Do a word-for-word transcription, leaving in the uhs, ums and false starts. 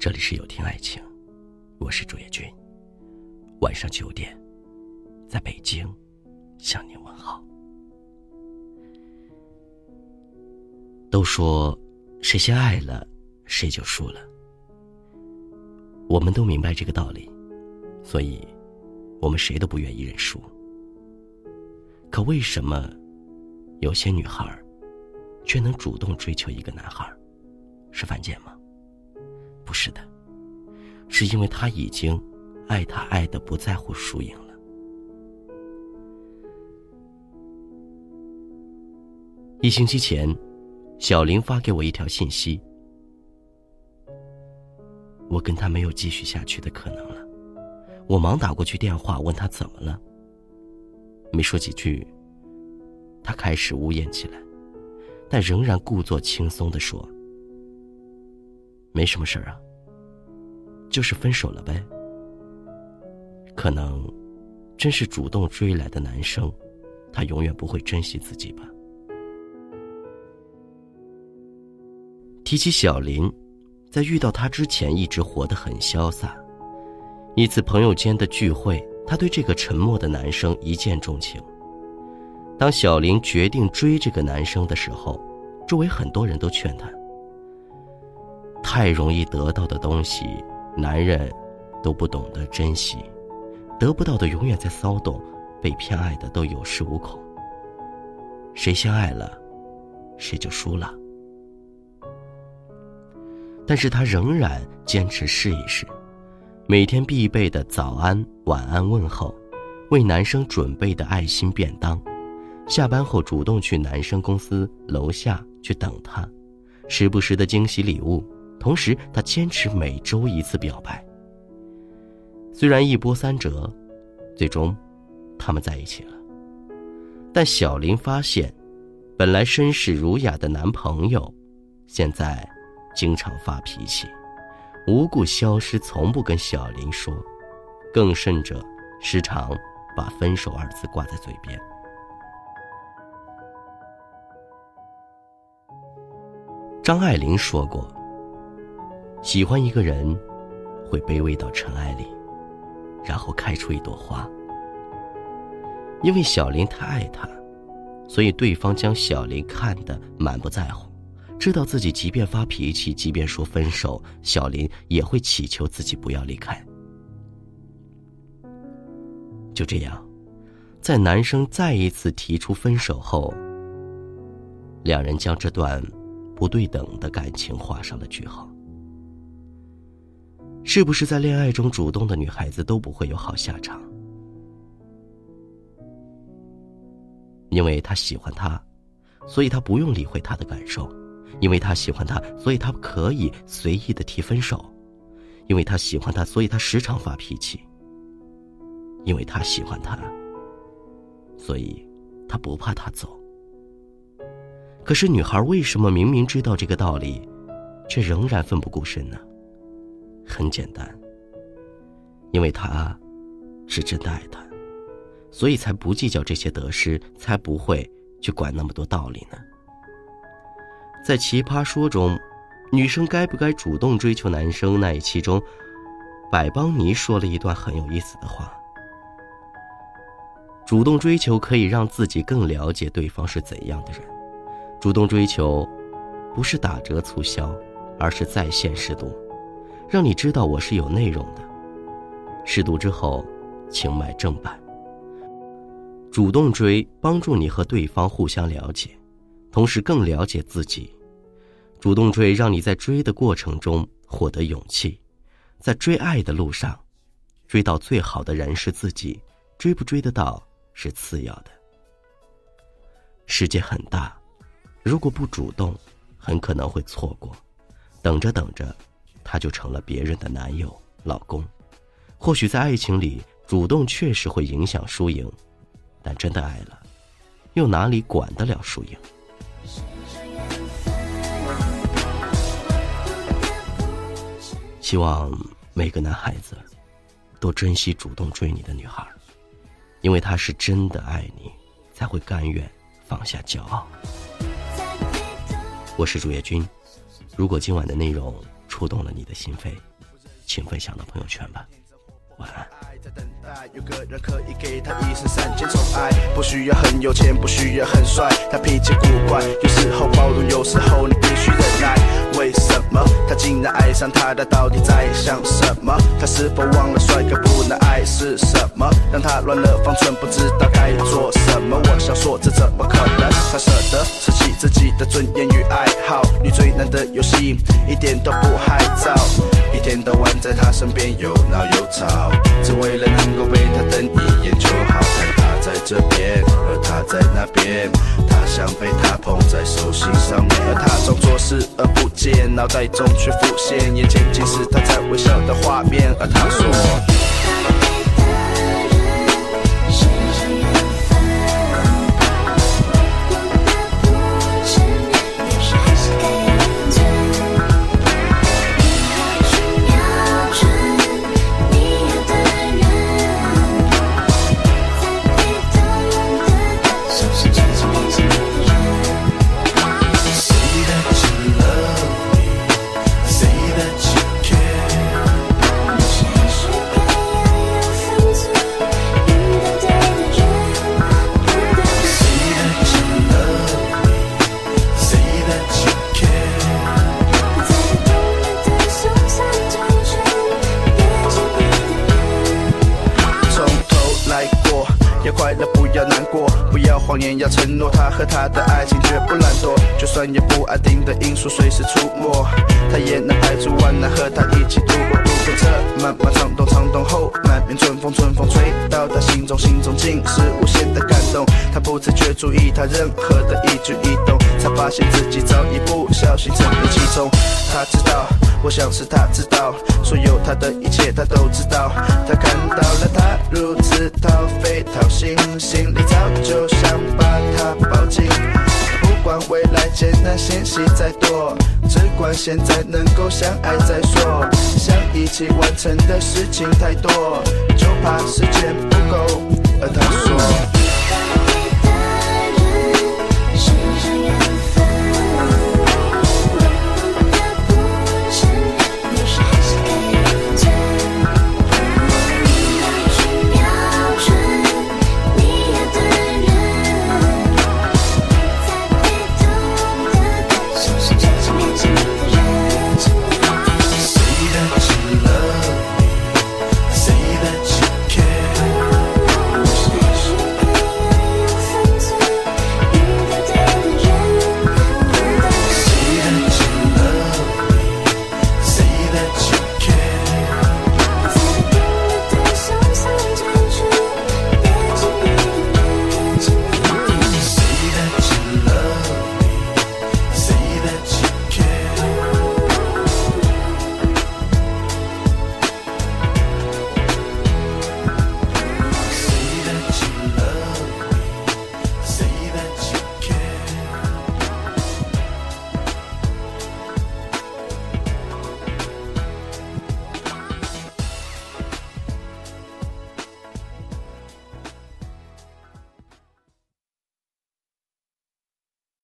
这里是有听爱情，我是主页君。晚上九点，在北京向您问好。都说谁先爱了，谁就输了。我们都明白这个道理，所以我们谁都不愿意认输。可为什么有些女孩却能主动追求一个男孩？是犯贱吗？不是的，是因为他已经爱他爱得不在乎输赢了。一星期前，小林发给我一条信息，我跟他没有继续下去的可能了。我忙打过去电话问他怎么了，没说几句，他开始呜咽起来，但仍然故作轻松地说，没什么事儿啊，就是分手了呗。可能真是主动追来的男生，他永远不会珍惜自己吧。提起小林，在遇到他之前一直活得很潇洒。一次朋友间的聚会，他对这个沉默的男生一见钟情。当小林决定追这个男生的时候，周围很多人都劝他，太容易得到的东西，男人都不懂得珍惜，得不到的永远在骚动，被偏爱的都有恃无恐。谁先爱了，谁就输了。但是他仍然坚持试一试，每天必备的早安晚安问候，为男生准备的爱心便当，下班后主动去男生公司楼下去等他，时不时的惊喜礼物。同时他坚持每周一次表白。虽然一波三折，最终他们在一起了。但小林发现，本来绅士儒雅的男朋友现在经常发脾气，无故消失，从不跟小林说，更甚者时常把分手二字挂在嘴边。张爱玲说过，喜欢一个人会卑微到尘埃里，然后开出一朵花。因为小林太爱他，所以对方将小林看得满不在乎，知道自己即便发脾气，即便说分手，小林也会祈求自己不要离开。就这样，在男生再一次提出分手后，两人将这段不对等的感情画上了句号。是不是在恋爱中主动的女孩子都不会有好下场？因为他喜欢他，所以他不用理会他的感受；因为他喜欢他，所以他可以随意的提分手；因为他喜欢他，所以他时常发脾气；因为他喜欢他，所以他不怕他走。可是女孩为什么明明知道这个道理，却仍然奋不顾身呢？很简单，因为他是真的爱他，所以才不计较这些得失，才不会去管那么多道理呢。在奇葩说中，女生该不该主动追求男生那一期中，百邦尼说了一段很有意思的话。主动追求可以让自己更了解对方是怎样的人，主动追求不是打折促销，而是在线试读，让你知道我是有内容的。试读之后请买正版。主动追帮助你和对方互相了解，同时更了解自己。主动追让你在追的过程中获得勇气，在追爱的路上，追到最好的人是自己，追不追得到是次要的。世界很大，如果不主动，很可能会错过，等着等着他就成了别人的男友老公。或许在爱情里，主动确实会影响输赢，但真的爱了，又哪里管得了输赢？希望每个男孩子都珍惜主动追你的女孩，因为她是真的爱你，才会甘愿放下骄傲。我是主页君，如果今晚的内容触动了你的心扉，请分享到朋友圈吧。晚安。 在等待有个人可以给他一生三千宠爱，不需要很有钱，不需要很帅，他脾气古怪，有时候包容，有时候你必须忍耐。为什么他竟然爱上他？他到底在想什么？他是否忘了帅哥不能爱是什么？让他乱了方寸，不知道该做什么。我想说这怎么可能？他舍得舍弃自己的尊严与爱好，你最难的游戏一点都不害臊，一天到晚在他身边有闹有吵，只为了能够被他瞪一眼就好。看他在这边，而他在那边，他想被他捧在手心上面，而他装作视而不见，脑袋中却浮现眼前尽是他在微笑的画面。而他说要快乐不要难过，不要谎言要承诺，他和他的爱情绝不懒惰，就算有不安定的因素随时出没，他也能排除万难和他一起度过。路过这漫漫长冬，长冬后难免春风，春风吹到他心中，心中尽是无限的感动。他不自觉注意他任何的一举一动，才发现自己早已不小心沉溺其中。他知道，我想是他知道，所有他的一切他都知道。他看到了他如此掏肺掏心，心里早就想把他抱紧。不管未来艰难险险再多，只管现在能够相爱再说。想一起完成的事情太多，就怕时间不够。而他说